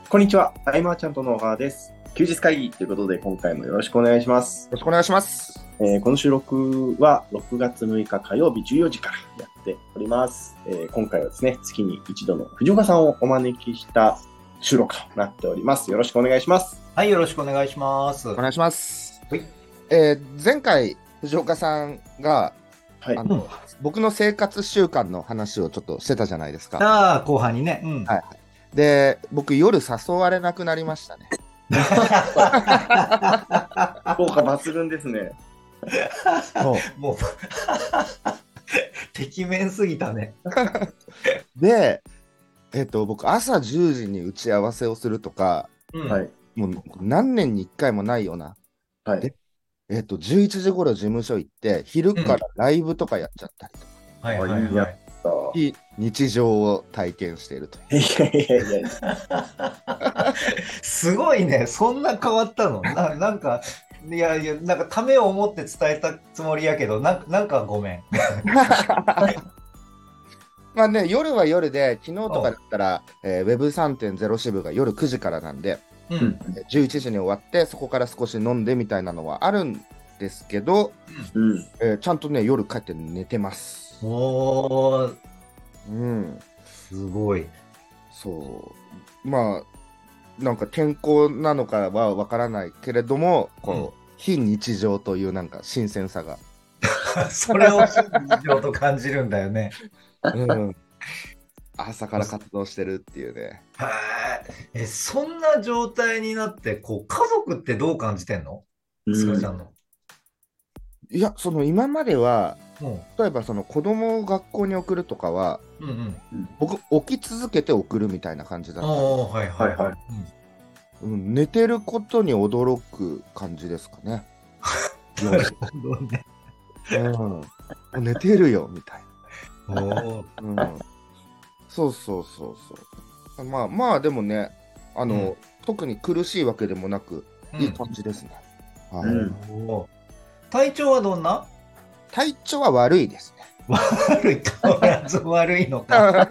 こんにちは、タイマーちゃんとの小川です。休日会議ということで、今回もよろしくお願いします。 よろしくお願いします。 この収録は6月6日火曜日14時からやっております。今回はですね、月に一度の藤岡さんをお招きした収録となっております。よろしくお願いします。 はい、よろしくお願いします。 お願いします。 はい。 前回、藤岡さんが、 はい。 僕の生活習慣の話をちょっとしてたじゃないですか。 ああ、後半にね。 はい。で、僕、夜誘われなくなりましたね。 効果抜群ですね。 もう、てきめんすぎたね。 で、僕、朝10時に打ち合わせをするとか、 はい。 もう何年に1回もないような。 はい。 で、11時頃事務所行って、昼からライブとかやっちゃったりとか、 はいはいはい。 非日常を体験しているという。 いやいやいや。 すごいね。そんな変わったのなんか、いやいや、なんかためを思って伝えたつもりやけど、なんかごめん。 まあね、夜は夜で、昨日とかだったら、Web3.0 支部が夜9時からなんで、11時に終わって、そこから少し飲んでみたいなのはあるんですけど、ちゃんとね、夜帰って寝てます。 おー、すごい。 そう。まあ、なんか健康なのかはわからないけれども、非日常というなんか新鮮さが。 それを非日常と感じるんだよね。 朝から活動してるっていうね。 そんな状態になって、家族ってどう感じてんの？すがちゃんの。 いや、今までは、例えば子供を学校に送るとかは、僕、起き続けて送るみたいな感じだった。 はいはいはい。 寝てることに驚く感じですかね。 なるほどね。 寝てるよみたいな。 そうそうそうそう。まあでもね、特に苦しいわけでもなく、いい感じですね。 体調はどんな？ 体調は悪いですね。 悪いか、悪いのか。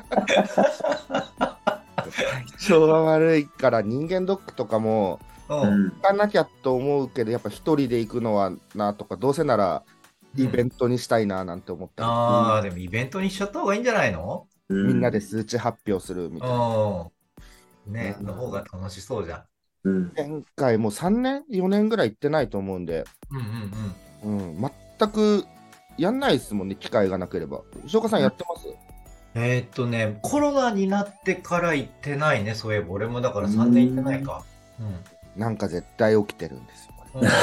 体調は悪いから人間ドックとかも行かなきゃと思うけど、やっぱ一人で行くのはなとか、どうせならイベントにしたいななんて思ったり、 でもイベントにしちゃった方がいいんじゃないの？ みんなで数値発表するみたいな。 ね、の方が楽しそうじゃん。前回もう3年、4年ぐらい行ってないと思うんで、全くやんないですもんね、機会がなければ。石岡さんやってます？ コロナになってから行ってないね、そういえば。俺もだから3年行ってないか。 なんか絶対起きてるんですよ、これ。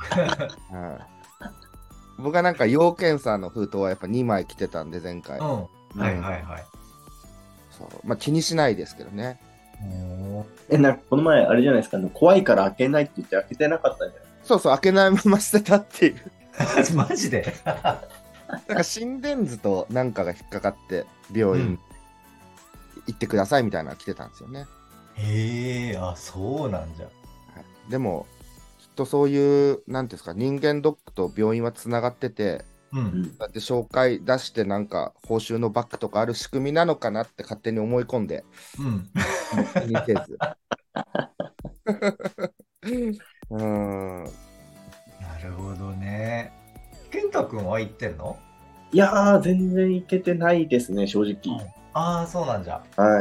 僕はなんか要検査の封筒はやっぱ2枚来てたんで、前回。 はいはいはい。 そう。まあ気にしないですけどね。 なんかこの前あれじゃないですか、怖いから開けないって言って開けてなかったんじゃない？ そうそう、開けないまま捨てたっていう。 マジで？ なんか心電図となんかが引っかかって病院行ってくださいみたいなのが来てたんですよね。 へえ、そうなんじゃ。 でもきっとそういうなんていうんですか、人間ドックと病院はつながってて、だって紹介出してなんか報酬のバックとかある仕組みなのかなって勝手に思い込んで、気にせず。 なるほどね。健太くんは行ってんの？ いやー、全然いけてないですね、正直。 そうなんじゃ。 はい。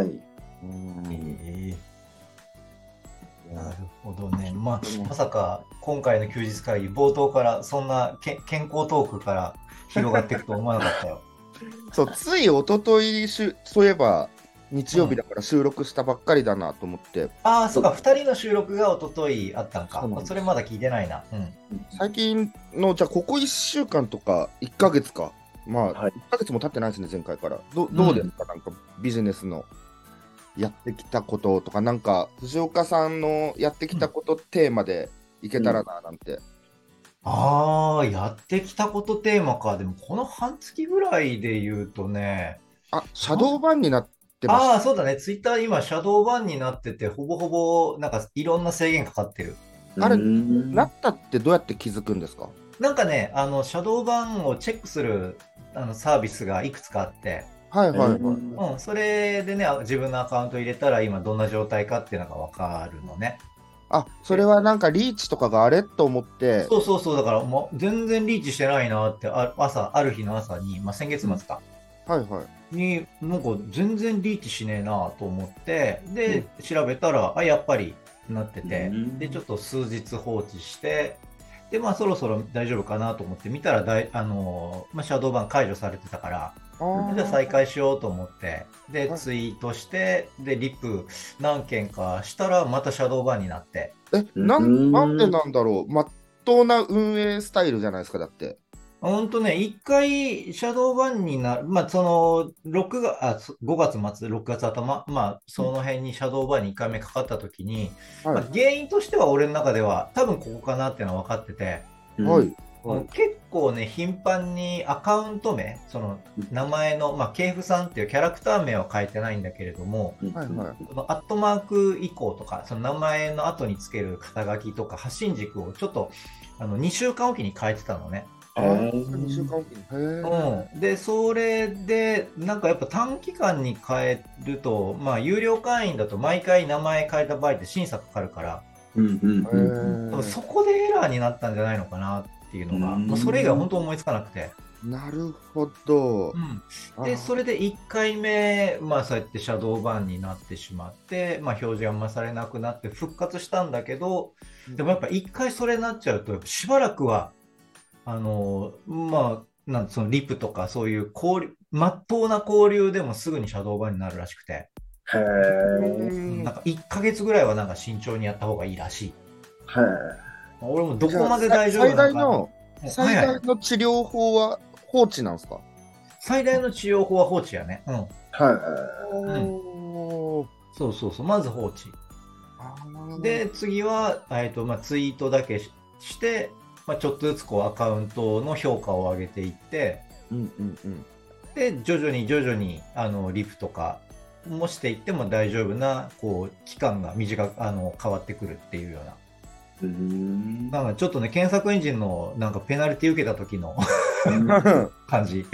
なるほどね。まさか今回の休日会議冒頭からそんな健康トークから広がっていくと思わなかったよ。 そう、つい一昨日そういえば日曜日だから収録したばっかりだなと思って。 そうか、2人の収録が一昨日あったんか。それまだ聞いてないな。 最近の、じゃあここ1週間とか1ヶ月か。まあ、1ヶ月も経ってないですね、前回から。どうですか、なんかビジネスのやってきたこととか、なんか藤岡さんのやってきたことテーマでいけたらな、なんて。 やってきたことテーマか。でもこの半月ぐらいで言うとね。 シャドーバンになってました。 そうだね。ツイッター今、シャドーバンになってて、ほぼほぼ、なんかいろんな制限かかってる。 あれ、なったってどうやって気づくんですか？ なんかね、シャドーバンをチェックするサービスがいくつかあって、 はいはいはい。 うん、それでね、自分のアカウント入れたら今どんな状態かっていうのがわかるのね。 あ、それはなんかリーチとかがあれと思って、 そうそうそう、だからもう全然リーチしてないなって、ある日の朝に、まあ、先月末か、 はいはい。 に、なんか全然リーチしねえなと思って、で、調べたら、やっぱりなってて、で、ちょっと数日放置して、で、まあそろそろ大丈夫かなと思って見たらまあ、シャドーバン解除されてたから、じゃあ再開しようと思って、で、ツイートして、で、リプ何件かしたら、またシャドーバンになって。 なんでなんだろう。まっとうな運営スタイルじゃないですか、だって。 ほんとね、一回シャドーバンになる、まあ、その、5月末、6月頭、まあ、その辺にシャドーバンに1回目かかった時に、 はいまあ、原因としては俺の中では、多分ここかなっていうのは分かってて、 はい。 結構ね、頻繁にアカウント名、その名前の、まあ、ケイフさんっていうキャラクター名は書いてないんだけれども、 はいはい。 そのアットマーク以降とか、その名前の後につける肩書きとか発信軸をちょっと2週間おきに変えてたのね。 2週間おきに。 で、それで、なんかやっぱ短期間に変えると、まあ、有料会員だと毎回名前変えた場合って審査かかるから、そこでエラーになったんじゃないのかなっていうのが、まあ、それ以外本当思いつかなくて。 なるほど。 で、それで1回目、まあそうやってシャドーバンになってしまって、まあ表示が増されなくなって復活したんだけど、でもやっぱ1回それになっちゃうと、しばらくは、まあ、そのリプとかそういうまっとうな交流でもすぐにシャドーバンになるらしくて、なんか1ヶ月ぐらいはなんか慎重にやった方がいいらしい。俺もどこまで大丈夫なのか。 最大の治療法は放置なんですか？ 最大の治療法は放置やね。そうそうそう。まず放置。で、次は、まあ、ツイートだけして、まあ、ちょっとずつこうアカウントの評価を上げていって、で、徐々にリプとかもしていっても大丈夫な、こう、期間が変わってくるっていうような。なんかちょっとね、検索エンジンのなんかペナルティ受けた時の感じ。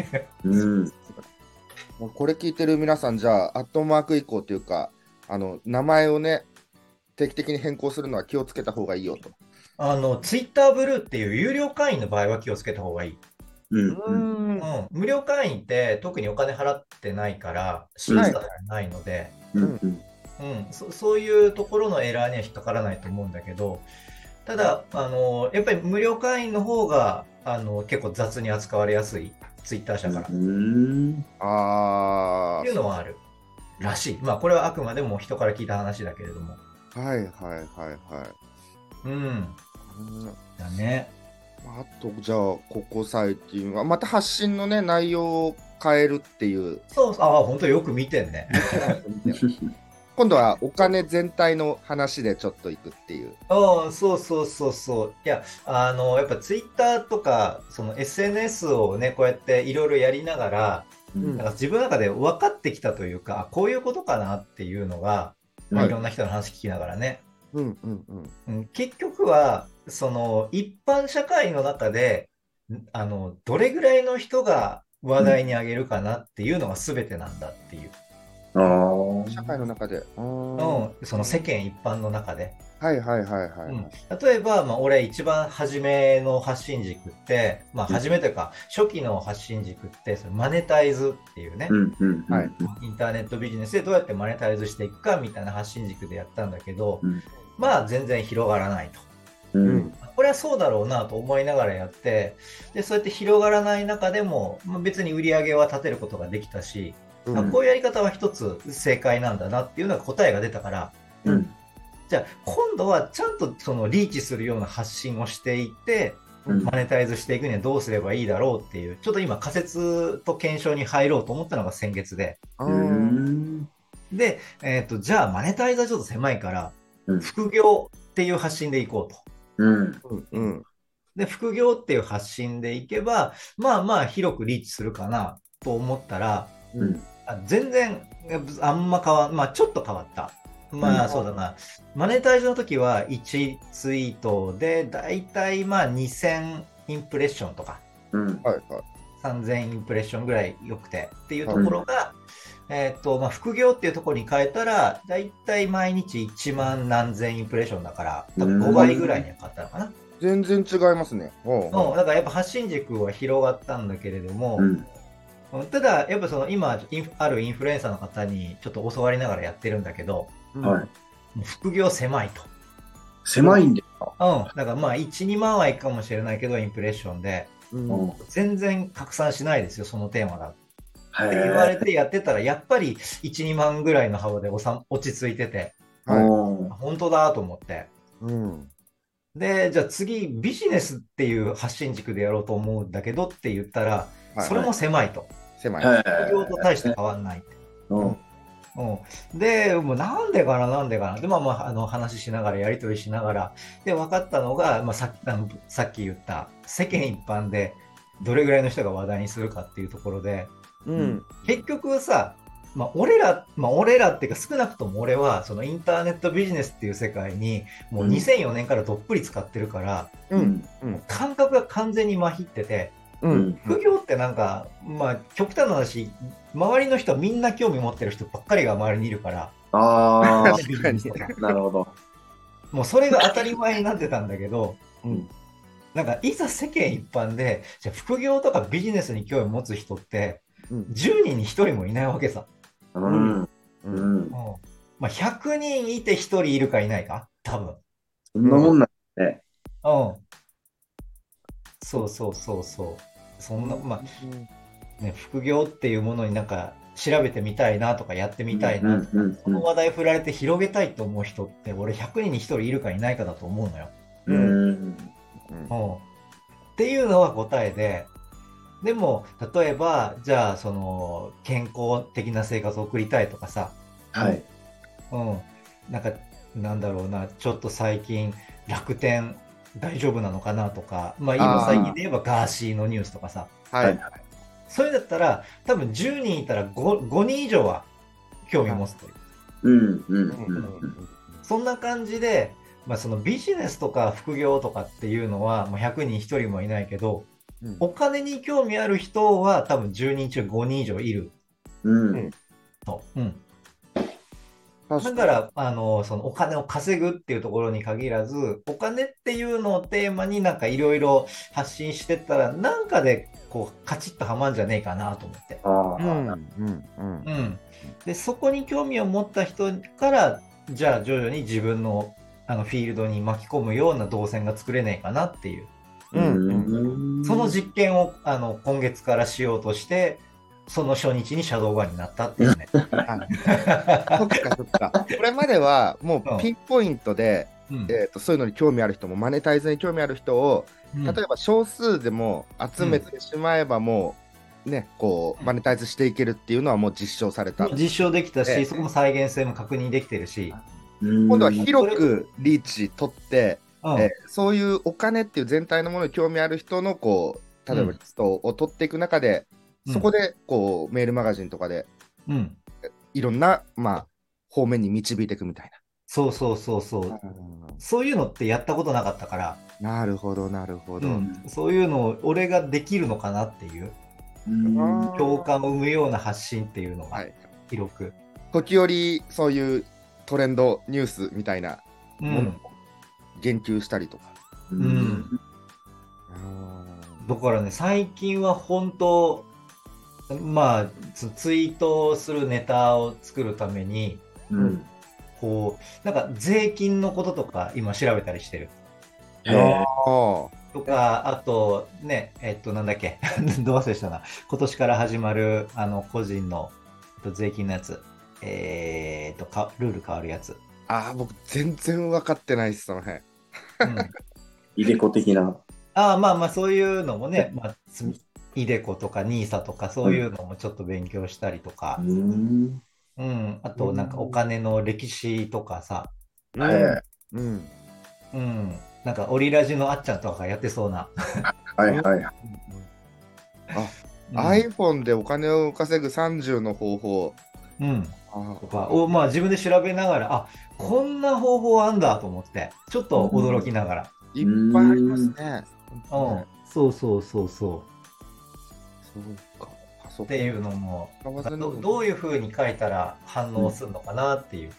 これ聞いてる皆さん、じゃあ、アットマーク以降というか、名前をね、定期的に変更するのは気をつけた方がいいよと。 ツイッターブルーっていう有料会員の場合は気をつけた方がいい。無料会員って特にお金払ってないから、審査がないので、そういうところのエラーには引っかからないと思うんだけど、ただ、やっぱり無料会員の方が結構雑に扱われやすい、ツイッター社から。っていうのはあるらしい。まあ、これはあくまでも人から聞いた話だけれども。だね。 あと、じゃあ、ここ最近は、また発信のね、内容を変えるっていう。 そう、本当よく見てんね。 今度はお金全体の話でちょっといくっていう。 そう。いや、やっぱツイッターとか、その SNS をね、こうやっていろいろやりながら、なんか自分の中で分かってきたというか、こういうことかなっていうのが、まあ、いろんな人の話聞きながらね。結局は、その一般社会の中で、どれぐらいの人が話題にあげるかなっていうのが全てなんだっていう。 社会の中で。 その世間一般の中で。 例えば、まあ、俺一番初めの発信軸って、まあ、初めというか、初期の発信軸って、それマネタイズっていうね、インターネットビジネスでどうやってマネタイズしていくかみたいな発信軸でやったんだけど、まあ、全然広がらないと。これはそうだろうなと思いながらやって、で、そうやって広がらない中でも、まあ、別に売り上げは立てることができたし、こういうやり方は一つ正解なんだなっていうのが答えが出たから、じゃあ今度はちゃんとそのリーチするような発信をしていって、マネタイズしていくにはどうすればいいだろうっていう、ちょっと今仮説と検証に入ろうと思ったのが先月で。で、じゃあマネタイズはちょっと狭いから、副業っていう発信でいこうと。で、副業っていう発信でいけば、まあまあ広くリーチするかなと思ったら、全然まあちょっと変わった。まあそうだな、マネタイズの時は1ツイートでだいたいまあ2000インプレッションとか、3000インプレッションぐらい良くてっていうところが、 副業っていうところに変えたら、だいたい毎日1万何千インプレッションだから、多分5倍ぐらいには変わったのかな。 全然違いますね。 だからやっぱ発信軸は広がったんだけれども、ただ、やっぱ今、あるインフルエンサーの方にちょっと教わりながらやってるんだけど、もう副業狭いと。 狭いんですか？だからまあ、1、2万はいくかもしれないけど、インプレッションで、全然拡散しないですよ、そのテーマだ。って言われてやってたら、やっぱり1、2万ぐらいの幅で落ち着いてて、本当だと思って。で、じゃあ次、ビジネスっていう発信軸でやろうと思うんだけどって言ったら、それも狭いと。 狭い。 副業と大して変わんないって。で、もうなんでかな。で、話しながら、やり取りしながら、で、分かったのが、さっき言った、世間一般でどれぐらいの人が話題にするかっていうところで、結局さ、俺らっていうか、少なくとも俺は、そのインターネットビジネスっていう世界に、もう2004年からどっぷり使ってるから、感覚が完全にまひってて、副業ってなんか、極端な話、周りの人はみんな興味持ってる人ばっかりが周りにいるから、 なるほど。 もうそれが当たり前になってたんだけど、なんかいざ世間一般で、じゃあ副業とかビジネスに興味持つ人って、10人に1人もいないわけさ。100人いて1人いるかいないか多分。 そんなもんなんね。 そう。そんな、副業っていうものになんか調べてみたいなとかやってみたいな、この話題振られて広げたいと思う人って、俺100人に1人いるかいないかだと思うのよ。っていうのは答えで、でも、例えば、じゃあ、健康的な生活を送りたいとかさ、なんだろうな、ちょっと最近、楽天大丈夫なのかなとか、今最近で言えばガーシーのニュースとかさ、それだったら、多分10人いたら 5人以上は興味を持つという。そんな感じで、そのビジネスとか副業とかっていうのは、100人1人もいないけど、お金に興味ある人は多分10人中5人以上いる。だから、そのお金を稼ぐっていうところに限らず、お金っていうのをテーマになんかいろいろ発信してったら、なんかでこうカチッとはまんじゃねえかなと思って。で、そこに興味を持った人から、じゃあ徐々に自分のフィールドに巻き込むような動線が作れねえかなっていう。その実験を今月からしようとして、その初日にシャドーバーになったっていうね。そっか。これまではもうピンポイントで、そういうのに興味ある人も、マネタイズに興味ある人を、例えば少数でも集めてしまえばもう、ね、こう、マネタイズしていけるっていうのはもう実証された。 実証できたし、そこも再現性も確認できてるし。 今度は広くリーチ取って、そういうお金っていう全体のものに興味ある人のこう例えばリストを取っていく中で、そこでこうメールマガジンとかで、いろんな方面に導いていくみたいな。 そう。そういうのってやったことなかったから。 なるほど。 そういうのを俺ができるのかなっていう。共感を生むような発信っていうのが広く。 時折そういうトレンドニュースみたいなものを言及したりとか。 だからね、最近は本当、ツイートするネタを作るために、こう、なんか税金のこととか今調べたりしてる。とか、あと、ね、なんだっけ、ど忘れしたな。今年から始まる、個人の税金のやつ。ルール変わるやつ。 僕全然分かってないです、その辺。 イデコ的な。 そういうのもね、イデコとかニーサとかそういうのもちょっと勉強したりとか、あとなんかお金の歴史とかさ、なんかオリラジのあっちゃんとかがやってそうな。 iPhone でお金を稼ぐ30の方法。 とかを自分で調べながら、こんな方法あんだと思って、ちょっと驚きながら。 いっぱいありますね。 そう。 そうか。パソっていうのも、どういうふうに書いたら反応するのかなっていう。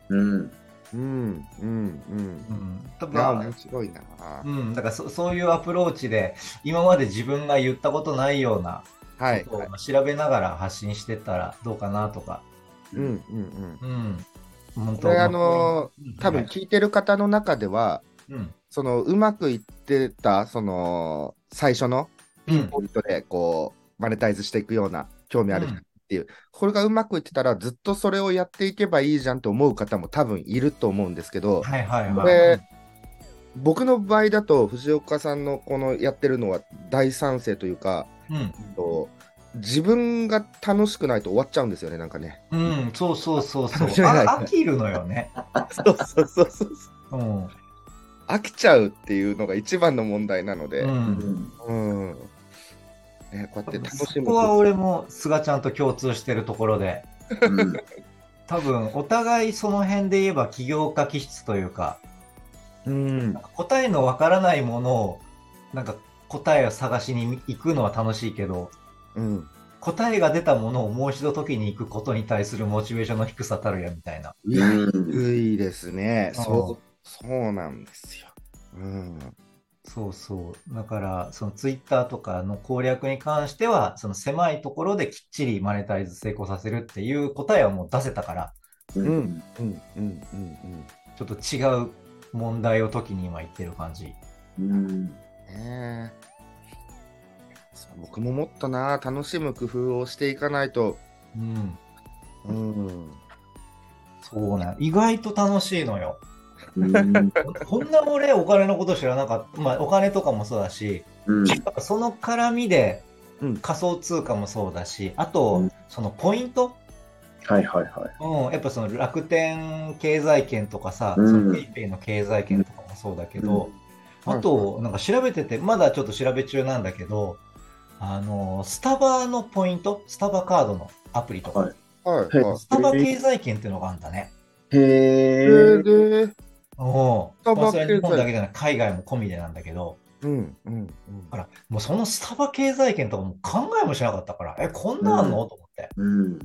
面白いな。 だからそういうアプローチで、今まで自分が言ったことないようなことを調べながら発信してったらどうかなとか。 これ多分聞いてる方の中では、そのうまくいってたその最初のピンポイントでこうマネタイズしていくような興味ある人っていう、これがうまくいってたらずっとそれをやっていけばいいじゃんと思う方も多分いると思うんですけど、これ僕の場合だと藤岡さんのこのやってるのは大賛成というか、自分が楽しくないと終わっちゃうんですよね、なんかね。 そう飽きるのよね。 飽きちゃうっていうのが一番の問題なので、こうやって楽しむ。 そこは俺も菅ちゃんと共通してるところで、多分お互いその辺で言えば起業家気質というか、答えのわからないものをなんか答えを探しに行くのは楽しいけど、答えが出たものをもう一度解きに行くことに対するモチベーションの低さたるやみたいな。 低いですね。そうなんですよ。 だからそのツイッターとかの攻略に関してはその狭いところできっちりマネタイズ成功させるっていう答えはもう出せたから、ちょっと違う問題を解きに今言ってる感じ。 僕ももっと楽しむ工夫をしていかないと。 そうね、意外と楽しいのよ。こんな俺お金のこと知らなかった。お金とかもそうだし、その絡みで仮想通貨もそうだし、あとそのポイント、やっぱその楽天経済圏とかさ、そのPayPayの経済圏とかもそうだけど、あとなんか調べててまだちょっと調べ中なんだけど、スタバのポイント、スタバカードのアプリとか、スタバ経済圏っていうのがあるんだね。それは日本だけじゃない、海外も込みでなんだけど、だからもうそのスタバ経済圏とかも考えもしなかったから、こんなあんのと思って。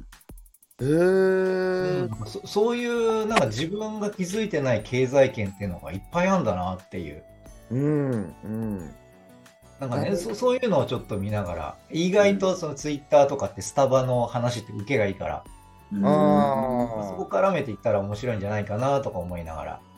そういうなんか自分が気づいてない経済圏っていうのがいっぱいあるんだなっていう。なんかね、そういうのをちょっと見ながら、意外とそのツイッターとかってスタバの話って受けがいいから、そこ絡めていったら面白いんじゃないかなとか思いながら。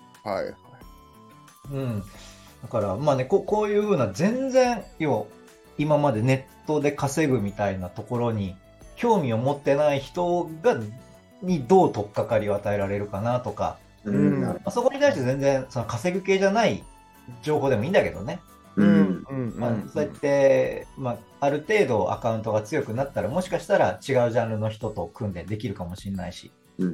だからまあね、こういうふうな全然今までネットで稼ぐみたいなところに興味を持ってない人にどう取っかかりを与えられるかなとか、そこに対して全然その稼ぐ系じゃない情報でもいいんだけどね。そうやって、ある程度アカウントが強くなったらもしかしたら違うジャンルの人と組んでできるかもしれないし、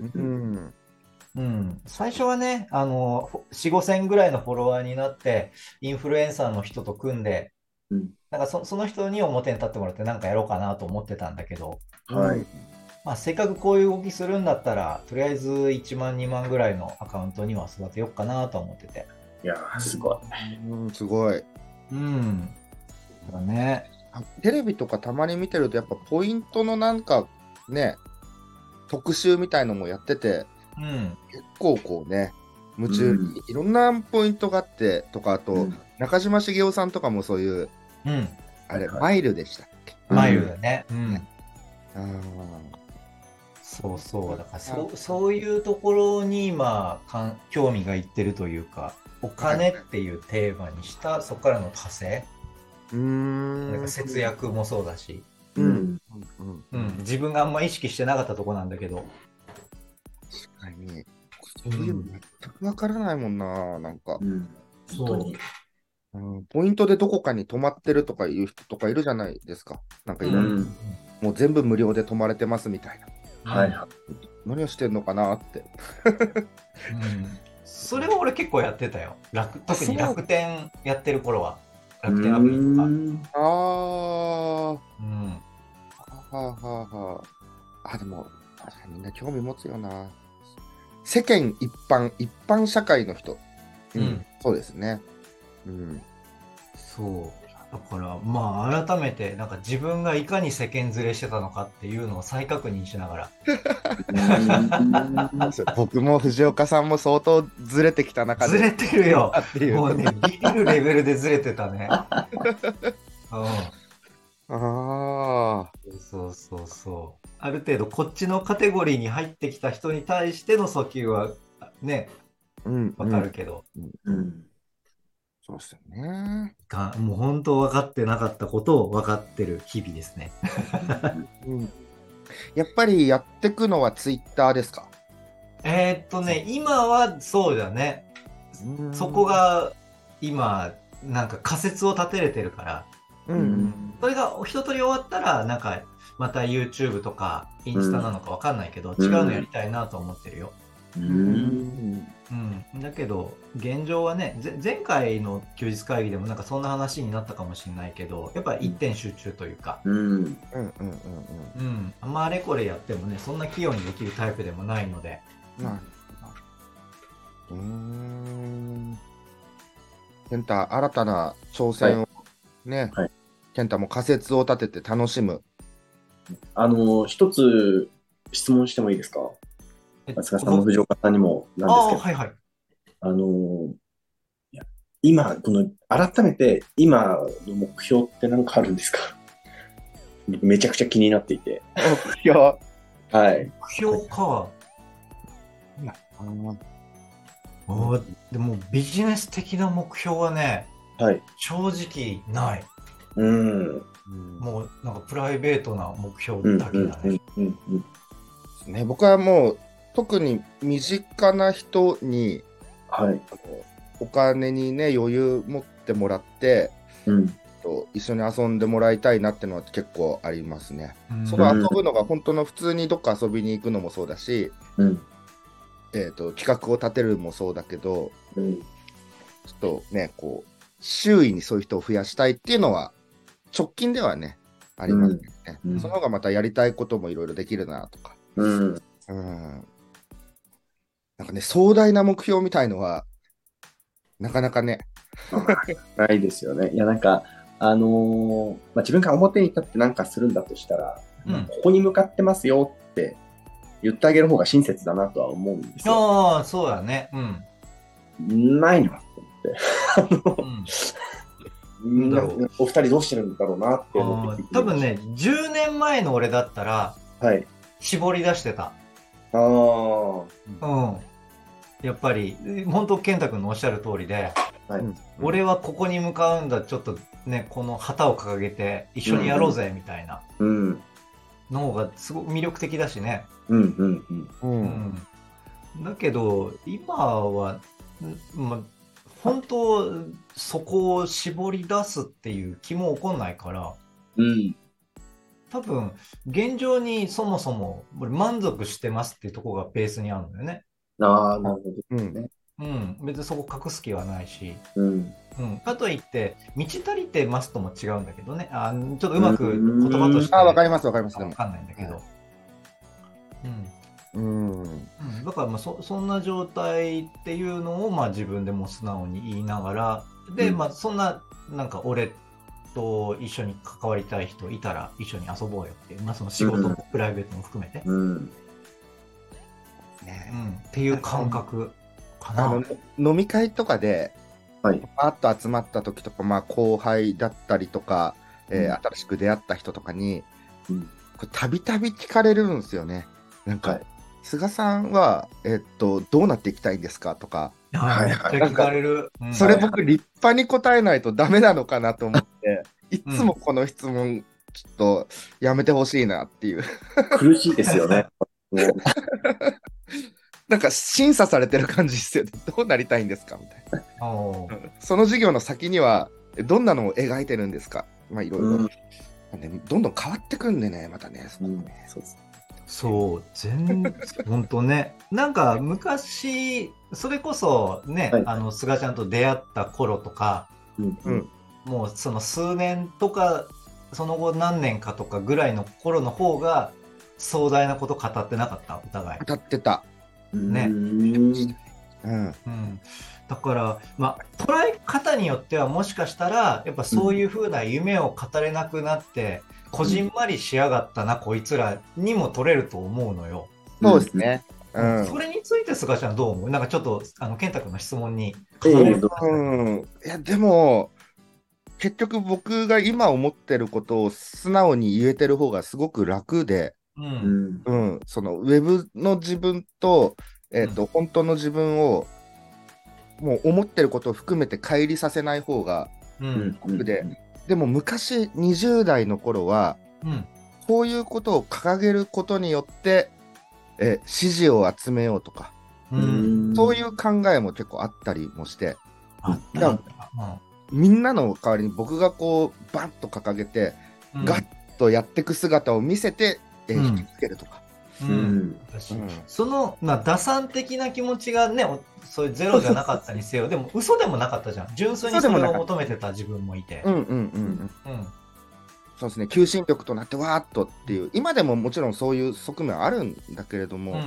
最初はね、4、5千ぐらいのフォロワーになってインフルエンサーの人と組んで、なんかその人に表に立ってもらって何かやろうかなと思ってたんだけど、せっかくこういう動きするんだったらとりあえず1万2万ぐらいのアカウントには育てようかなと思ってて。 いやすごい。 すごい。 だね。 テレビとかたまに見てるとやっぱポイントのなんかね特集みたいのもやってて、結構こうね夢中にいろんなポイントがあってとか、あと、中島茂雄さんとかもそういう、あれマイルでしたっけ？ マイルだね。だからそういうところに今興味がいってるというか、お金っていうテーマにしたそこからの派生、なんか節約もそうだし、自分があんま意識してなかったとこなんだけど、 確かにそういうの全く分からないもんな、なんか、ポイントでどこかに泊まってるとかいう人とかいるじゃないですか。なんかもう全部無料で泊まれてますみたいな。何をしてんのかなって。 それは俺結構やってたよ。特に楽天やってる頃は。楽天アプリとか。 でもみんな興味持つよな。世間一般社会の人。そうですね。 だからまあ改めてなんか自分がいかに世間ずれしてたのかっていうのを再確認しながら僕も藤岡さんも相当ずれてきた中でずれてるよっていうもうねビビるレベルでずれてたねああそうそうそうある程度こっちのカテゴリーに入ってきた人に対しての訴求はねわかるけど、 そうですよね。 もう本当分かってなかったことを分かってる日々ですね。 やっぱりやってくのはツイッターですか？ 今はそうだね。そこが今なんか仮説を立てれてるから、それが一通り終わったらなんかまた YouTube とかインスタなのか分かんないけど、違うのやりたいなと思ってるよ。だけど現状はね前回の休日会議でもなんかそんな話になったかもしれないけどやっぱり一点集中というかあんまあれこれやってもねそんな器用にできるタイプでもないのでケンタ新たな挑戦をね、ケンタも仮説を立てて楽しむ。 一つ質問してもいいですか？菅さんも藤岡さんにもなんですけど、今改めて今の目標って何かあるんですか？めちゃくちゃ気になっていて。 目標、 はい。 目標か。でもビジネス的な目標はね、正直ない。もうなんかプライベートな目標だけだね。 僕はもう特に身近な人に、お金にね余裕持ってもらって、一緒に遊んでもらいたいなってのは結構ありますね。その遊ぶのが本当の普通にどっか遊びに行くのもそうだし、企画を立てるもそうだけど、ちょっとねこう周囲にそういう人を増やしたいっていうのは直近ではねありますね。その方がまたやりたいこともいろいろできるなとか。なんかね、壮大な目標みたいのは、なかなかね。 ないですよね。いや、なんか、自分が表に立ってなんかするんだとしたら、ここに向かってますよって言ってあげる方が親切だなとは思うんですよ。 ああ、そうだね。 ないなと思って。お二人どうしてるんだろうなって思って。 多分ね、10年前の俺だったら、絞り出してた。やっぱり本当健太君のおっしゃる通りで、俺はここに向かうんだちょっとねこの旗を掲げて一緒にやろうぜみたいなの方がすごく魅力的だしね。だけど今は、本当そこを絞り出すっていう気も起こんないから。多分現状にそもそも満足してますっていうところがベースにあるんだよね。 なるほどね。 別にそこ隠す気はないし、かといって満ち足りてますとも違うんだけどね。ちょっとうまく言葉としてわかりますわかります。 わかんないんだけど。だからそんな状態っていうのを自分でも素直に言いながらで、そんななんか俺と一緒に関わりたい人いたら一緒に遊ぼうよっていう、その仕事もプライベートも含めて、っていう感覚かな。 飲み会とかでパッと集まった時とか、後輩だったりとか、新しく出会った人とかにたびたび聞かれるんですよね。なんか、菅さんは、どうなっていきたいんですかとか、 聞かれる。 それ僕立派に答えないとダメなのかなと思っていつもこの質問ちょっとやめてほしいなっていう苦しいですよねなんか審査されてる感じですよね。どうなりたいんですかみたいなその授業の先にはどんなのを描いてるんですか。いろいろどんどん変わってくんでねまたね。 そう本当ね。なんか昔それこそね、菅ちゃんと出会った頃とか、もうその数年とかその後何年かとかぐらいの頃の方が壮大なこと語ってなかった？お互い語ってたね。 だから、まあ、捉え方によってはもしかしたら、やっぱそういう風な夢を語れなくなって、こじんまりしやがったな、こいつらにも取れると思うのよ。 そうですね。 それについて菅ちゃんどう思う？なんかちょっと健太君の質問に。 いやでも結局僕が今思ってることを素直に言えてる方がすごく楽で、そのウェブの自分と、本当の自分をもう思ってることを含めて乖離させない方が楽で、でも昔20代の頃は、こういうことを掲げることによって支持を集めようとか、そういう考えも結構あったりもして、みんなの代わりに僕がこうバンと掲げて、ガッとやっていく姿を見せて、引きつけるとか。 その、まあ、打算的な気持ちがね、そういうゼロじゃなかったにせよ、でも嘘でもなかったじゃん。純粋にそれを求めてた自分もいて。 そうですね、求心力となってわーっとっていう、今でももちろんそういう側面あるんだけれども、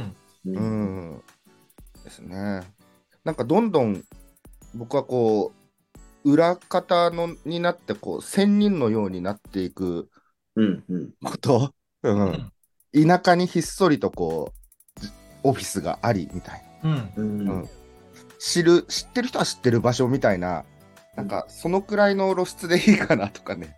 ですね。なんかどんどん僕はこう裏方になってこう仙人のようになっていくこと、田舎にひっそりとこうオフィスがありみたいな、知ってる人は知ってる場所みたいな。なんかそのくらいの露出でいいかなとかね。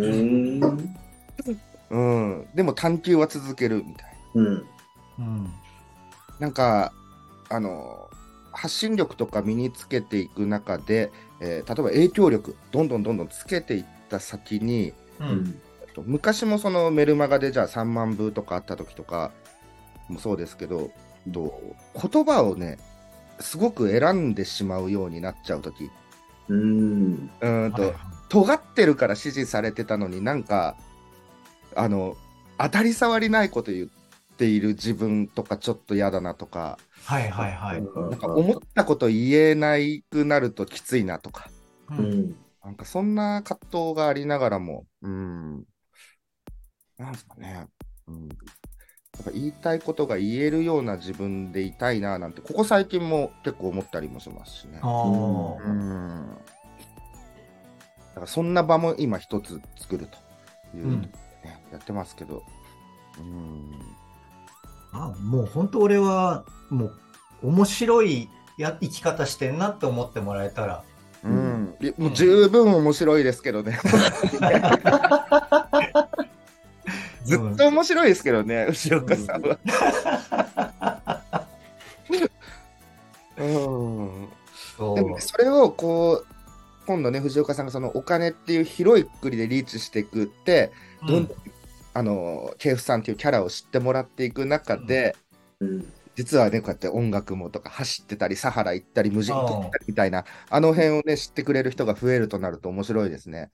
でも探求は続けるみたいな。なんか発信力とか身につけていく中で、例えば影響力どんどんつけていった先に、昔もそのメルマガでじゃあ3万部とかあった時とかもそうですけど、言葉をねすごく選んでしまうようになっちゃう時。尖ってるから支持されてたのに、なんか当たり障りないこと言っている自分とかちょっと嫌だなとか、なんか思ったこと言えないくなるときついなとか、なんかそんな葛藤がありながらも、なんですかね、やっぱ言いたいことが言えるような自分でいたいななんてここ最近も結構思ったりもしますしね。だからそんな場も今一つ作るという、やってますけど、 もう本当俺はもう面白い生き方してんなって思ってもらえたら、 もう十分面白いですけどね。ずっと面白いですけどね、牛岡さんは。でもそれをこう今度ね、藤岡さんがそのお金っていう広いくりでリーチしていくって、どんどんケイフさんっていうキャラを知ってもらっていく中で、実はねこうやって音楽もとか走ってたりサハラ行ったり無人島行ったりみたいな辺をね知ってくれる人が増えるとなると面白いですね。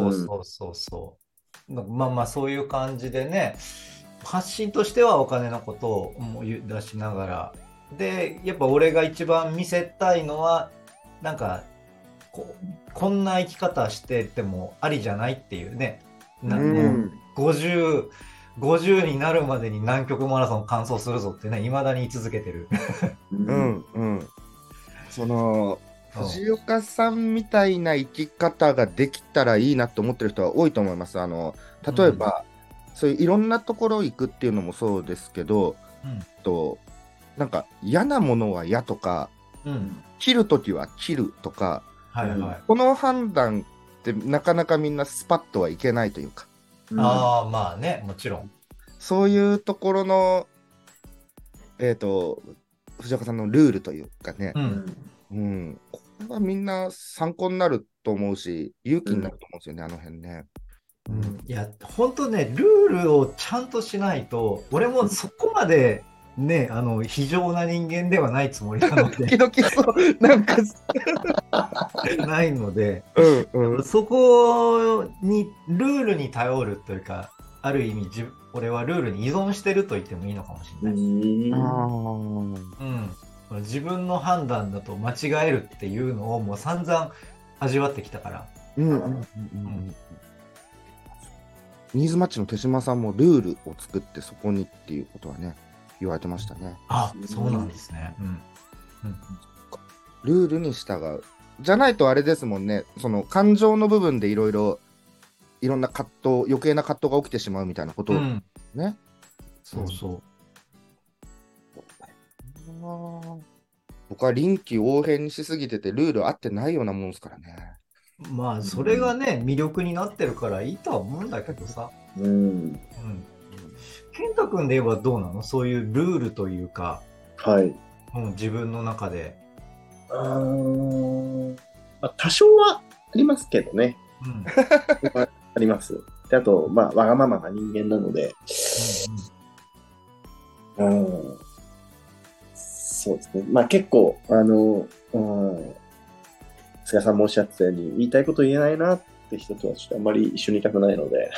まあそういう感じでね、発信としてはお金のことを出しながらで、やっぱ俺が一番見せたいのはなんかこんな生き方しててもありじゃないっていうね。50になるまでに南極マラソン完走するぞってね、いまだに言い続けてる。 その藤岡さんみたいな生き方ができたらいいなと思ってる人は多いと思います。例えば、そういういろんなところ行くっていうのもそうですけど、なんか嫌なものは嫌とか、切るときは切るとか、この判断ってなかなかみんなスパッとはいけないというか、 まあね、もちろんそういうところの藤岡さんのルールというかね、これはみんな参考になると思うし勇気になると思うんですよね、あの辺ね。 いや本当ね、ルールをちゃんとしないと、俺もそこまでね、非常な人間ではないつもりなので時々そうなんかないので、そこにルールに頼るというか、ある意味俺はルールに依存してると言ってもいいのかもしれない。自分の判断だと間違えるっていうのをもう散々味わってきたから。 ニーズマッチの手島さんもルールを作ってそこにっていうことはね言われてましたね。 そうなんですね。 ルールに従う。じゃないとあれですもんね、その感情の部分でいろんな葛藤、余計な葛藤が起きてしまうみたいなことね。 そうそう。 僕は臨機応変にしすぎてて、ルール合ってないようなもんですからね。 まあ、それがね、魅力になってるからいいとは思うんだけどさ。健太君で言えばどうなの？そういうルールというか、 はい。 自分の中で。 多少はありますけどね。あります。で、あと、わがままな人間なので、そうですね。結構、菅さんもおっしゃってたように、言いたいこと言えないなって人とはちょっとあんまり一緒にいたくないので、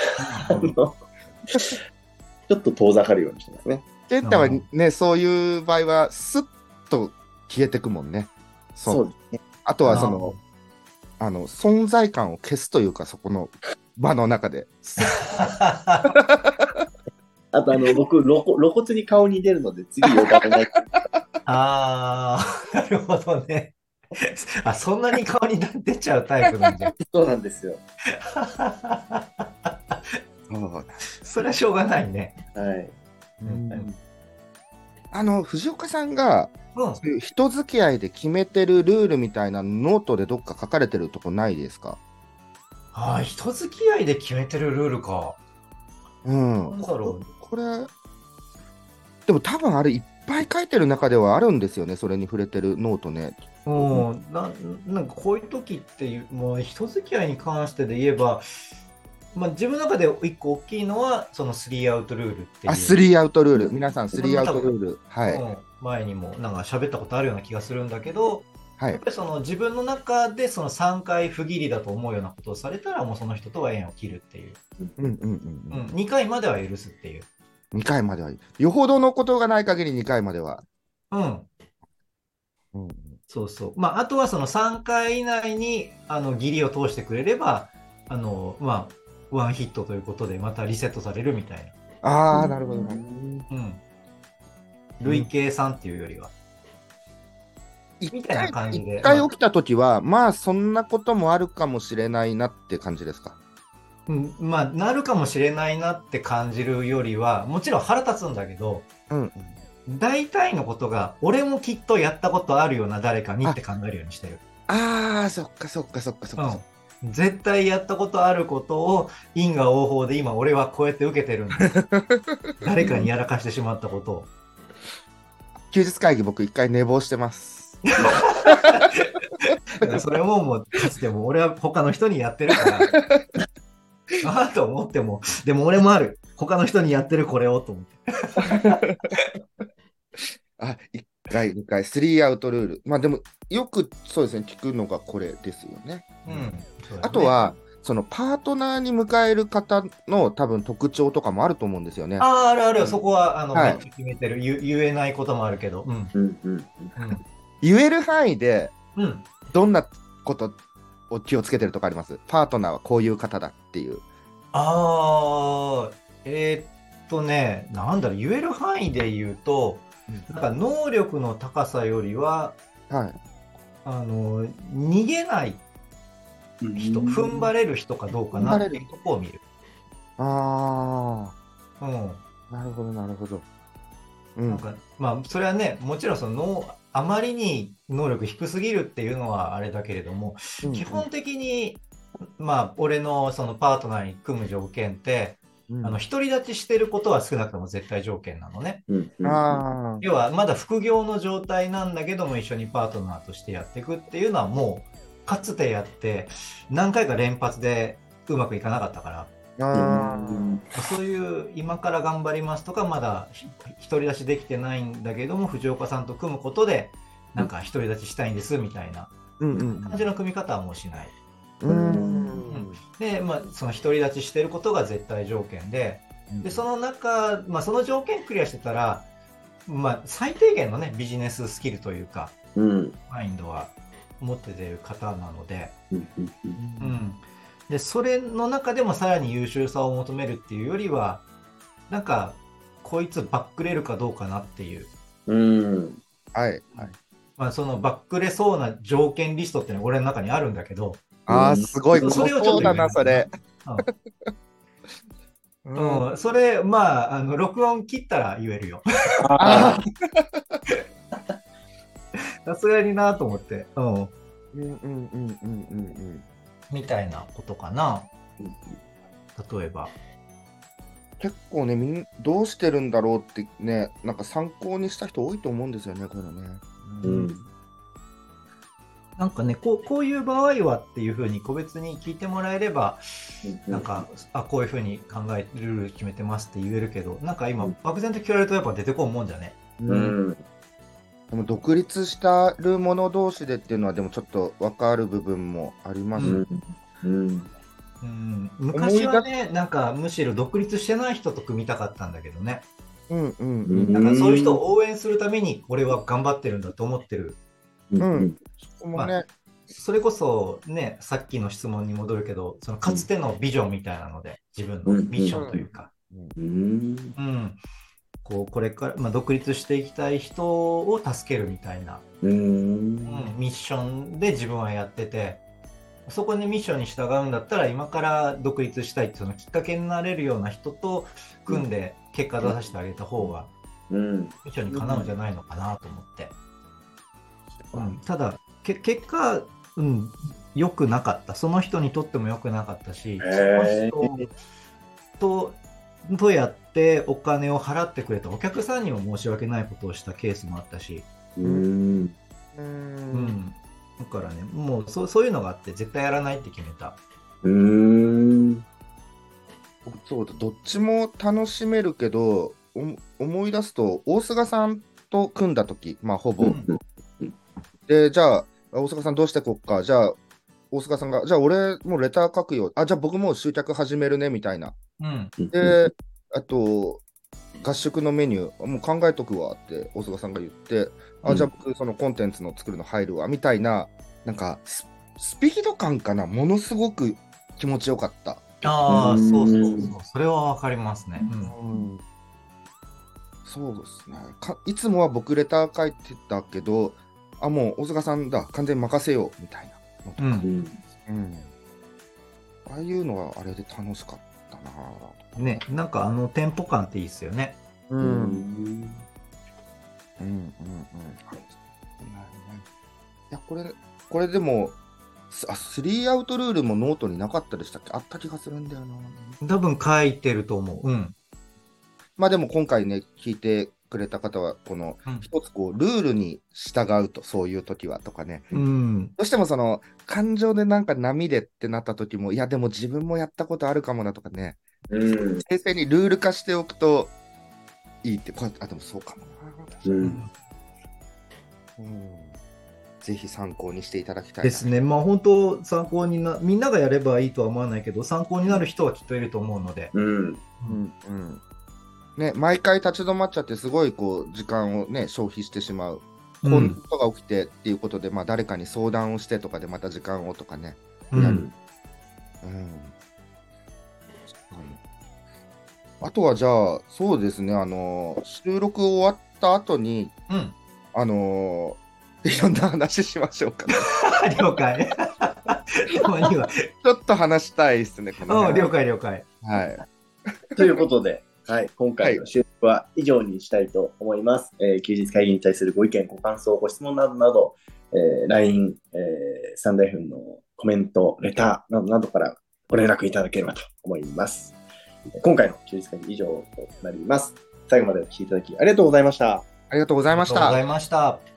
ちょっと遠ざかるようにしてますね。 健太はね、そういう場合は、スッと消えてくもんね。 そうですね。 あとは、存在感を消すというか、そこの場の中で。 あと、僕、露骨に顔に出るので、次呼ばれない。 ああ、なるほどね。そんなに顔に出ちゃうタイプなんじゃ。 そうなんですよ。 それはしょうがないね。 はい。 藤岡さんが、そういう人付き合いで決めてるルールみたいなノートでどっか書かれてるとこないですか？ 人付き合いで決めてるルールか。なんだろう。 これ、でも多分あれいっぱい書いてる中ではあるんですよね、それに触れてるノートね。 なんかこういう時っていう、もう人付き合いに関してで言えば、自分の中で一個大きいのは、その3アウトルールっていう。 3アウトルール。皆さん、3アウトルール。はい。 前にもなんか喋ったことあるような気がするんだけど、 はい、 やっぱりその自分の中でその3回不義理だと思うようなことをされたら、もうその人とは縁を切るっていう。2回までは許すっていう。 2回までは。よほどのことがない限り2回までは。 そうそう。あとはその3回以内に義理を通してくれれば、ワンヒットということでまたリセットされるみたいな。なるほど。 累計3っていうよりは。みたいな感じで。 1回起きたときは、そんなこともあるかもしれないなって感じですか？ なるかもしれないなって感じるよりは、もちろん腹立つんだけど、大体のことが、俺もきっとやったことあるよな、誰かにって考えるようにしてる。 そっか。 絶対やったことあることを因果応報で今俺はこうやって受けてるんだ。誰かにやらかしてしまったことを。 休日会議僕一回寝坊してます。 それもかつても俺は他の人にやってるからと思っても、でも俺もある。他の人にやってるこれをと思って。 1回、2回、3アウトルール。でも、よくそうですね、聞くのがこれですよね。あとは、そのパートナーに迎える方の多分特徴とかもあると思うんですよね。 あるある、そこはめっちゃ決めてる。言えないこともあるけど。 言える範囲で、どんなことを気をつけてるとかあります？パートナーはこういう方だっていう。 なんだろう、言える範囲で言うと、なんか能力の高さよりは、逃げない人、踏ん張れる人かどうかなっていうところを見る。 なるほど。 なんかそれはね、もちろんあまりに能力低すぎるっていうのはあれだけれども、基本的に俺のそのパートナーに組む条件って、独り立ちしてることは少なくとも絶対条件なのね。要はまだ副業の状態なんだけども一緒にパートナーとしてやっていくっていうのはもうかつてやって何回か連発でうまくいかなかったから、そういう今から頑張りますとかまだ独り立ちできてないんだけども藤岡さんと組むことでなんか独り立ちしたいんですみたいな感じの組み方はもうしない。で、その独り立ちしてることが絶対条件で、その中、その条件クリアしてたら、最低限のね、ビジネススキルというか、マインドは持っててる方なので、で、それの中でもさらに優秀さを求めるっていうよりは、なんか、こいつバックれるかどうかなっていう。 まあ、そのバックれそうな条件リストっていうのが俺の中にあるんだけど、 すごい、 それをちょっとだな、それ。 それ、まあ、録音切ったら言えるよ。さすがになと思って。みたいなことかな。例えば。 結構ね、どうしてるんだろうってね、なんか参考にした人多いと思うんですよね、これね。 なんかね、こういう場合はっていうふうに個別に聞いてもらえれば、なんか、こういうふうに考え、ルール決めてますって言えるけど、なんか今、漠然と聞かれるとやっぱ出てこんもんじゃね。 でも独立したる者同士でっていうのはでもちょっと分かる部分もあります。 昔はね、なんかむしろ独立してない人と組みたかったんだけどね。なんかそういう人を応援するために俺は頑張ってるんだと思ってる。それこそね、さっきの質問に戻るけど、そのかつてのビジョンみたいなので、自分のミッションというか、これから、独立していきたい人を助けるみたいな、ミッションで自分はやってて、そこにミッションに従うんだったら、今から独立したいってそのきっかけになれるような人と組んで結果出させてあげた方が、ミッションにかなうんじゃないのかなと思って。ただ結果、良くなかった。その人にとっても良くなかったし、その人とやってお金を払ってくれたお客さんにも申し訳ないことをしたケースもあったし、だからね、もうそういうのがあって絶対やらないって決めた。 そうだ、どっちも楽しめるけど、思い出すと大菅さんと組んだ時、ほぼ、で、じゃあ大菅さんどうしてこっか、じゃあ大菅さんが、じゃあ俺もうレター書くよ、じゃあ僕もう集客始めるねみたいな、で、あと合宿のメニューもう考えとくわって大菅さんが言って、じゃあ僕そのコンテンツの作るの入るわみたいな、なんかスピード感かな、ものすごく気持ちよかった。 そうそれはわかりますね。 そうですね。いつもは僕レター書いてたけど、もう大塚さんだ、完全に任せようみたいなのとか、ああいうのはあれで楽しかったな。 ね、なんかテンポ感っていいですよね。 いや、これでも、3アウトルールもノートになかったでしたっけ？あった気がするんだよな。 多分書いてると思う。 でも今回ね、聞いてくれた方は、この一つルールに従うと、そういう時はとかね、どうしてもその感情でなんか波でってなった時も、いやでも自分もやったことあるかもなとかね、冷静にルール化しておくといいって、でもそうかもな。ぜひ参考にしていただきたいですね。本当参考にみんながやればいいとは思わないけど、参考になる人はきっといると思うので。 ね、毎回立ち止まっちゃってすごい時間をね消費してしまう。こういうことが起きてっていうことで、誰かに相談をしてとかでまた時間をとかね、やる。あとはじゃあそうですね、収録終わった後に、いろんな話しましょうかね。 了解。 ちょっと話したいですね、この了解。 ということで、今回の収録は以上にしたいと思います。休日会議に対するご意見、ご感想、ご質問などなど、LINE、スタンド FM のコメント、レターなどからご連絡いただければと思います。今回の休日会議以上となります。最後までお聞きいただきありがとうございました。 ありがとうございました。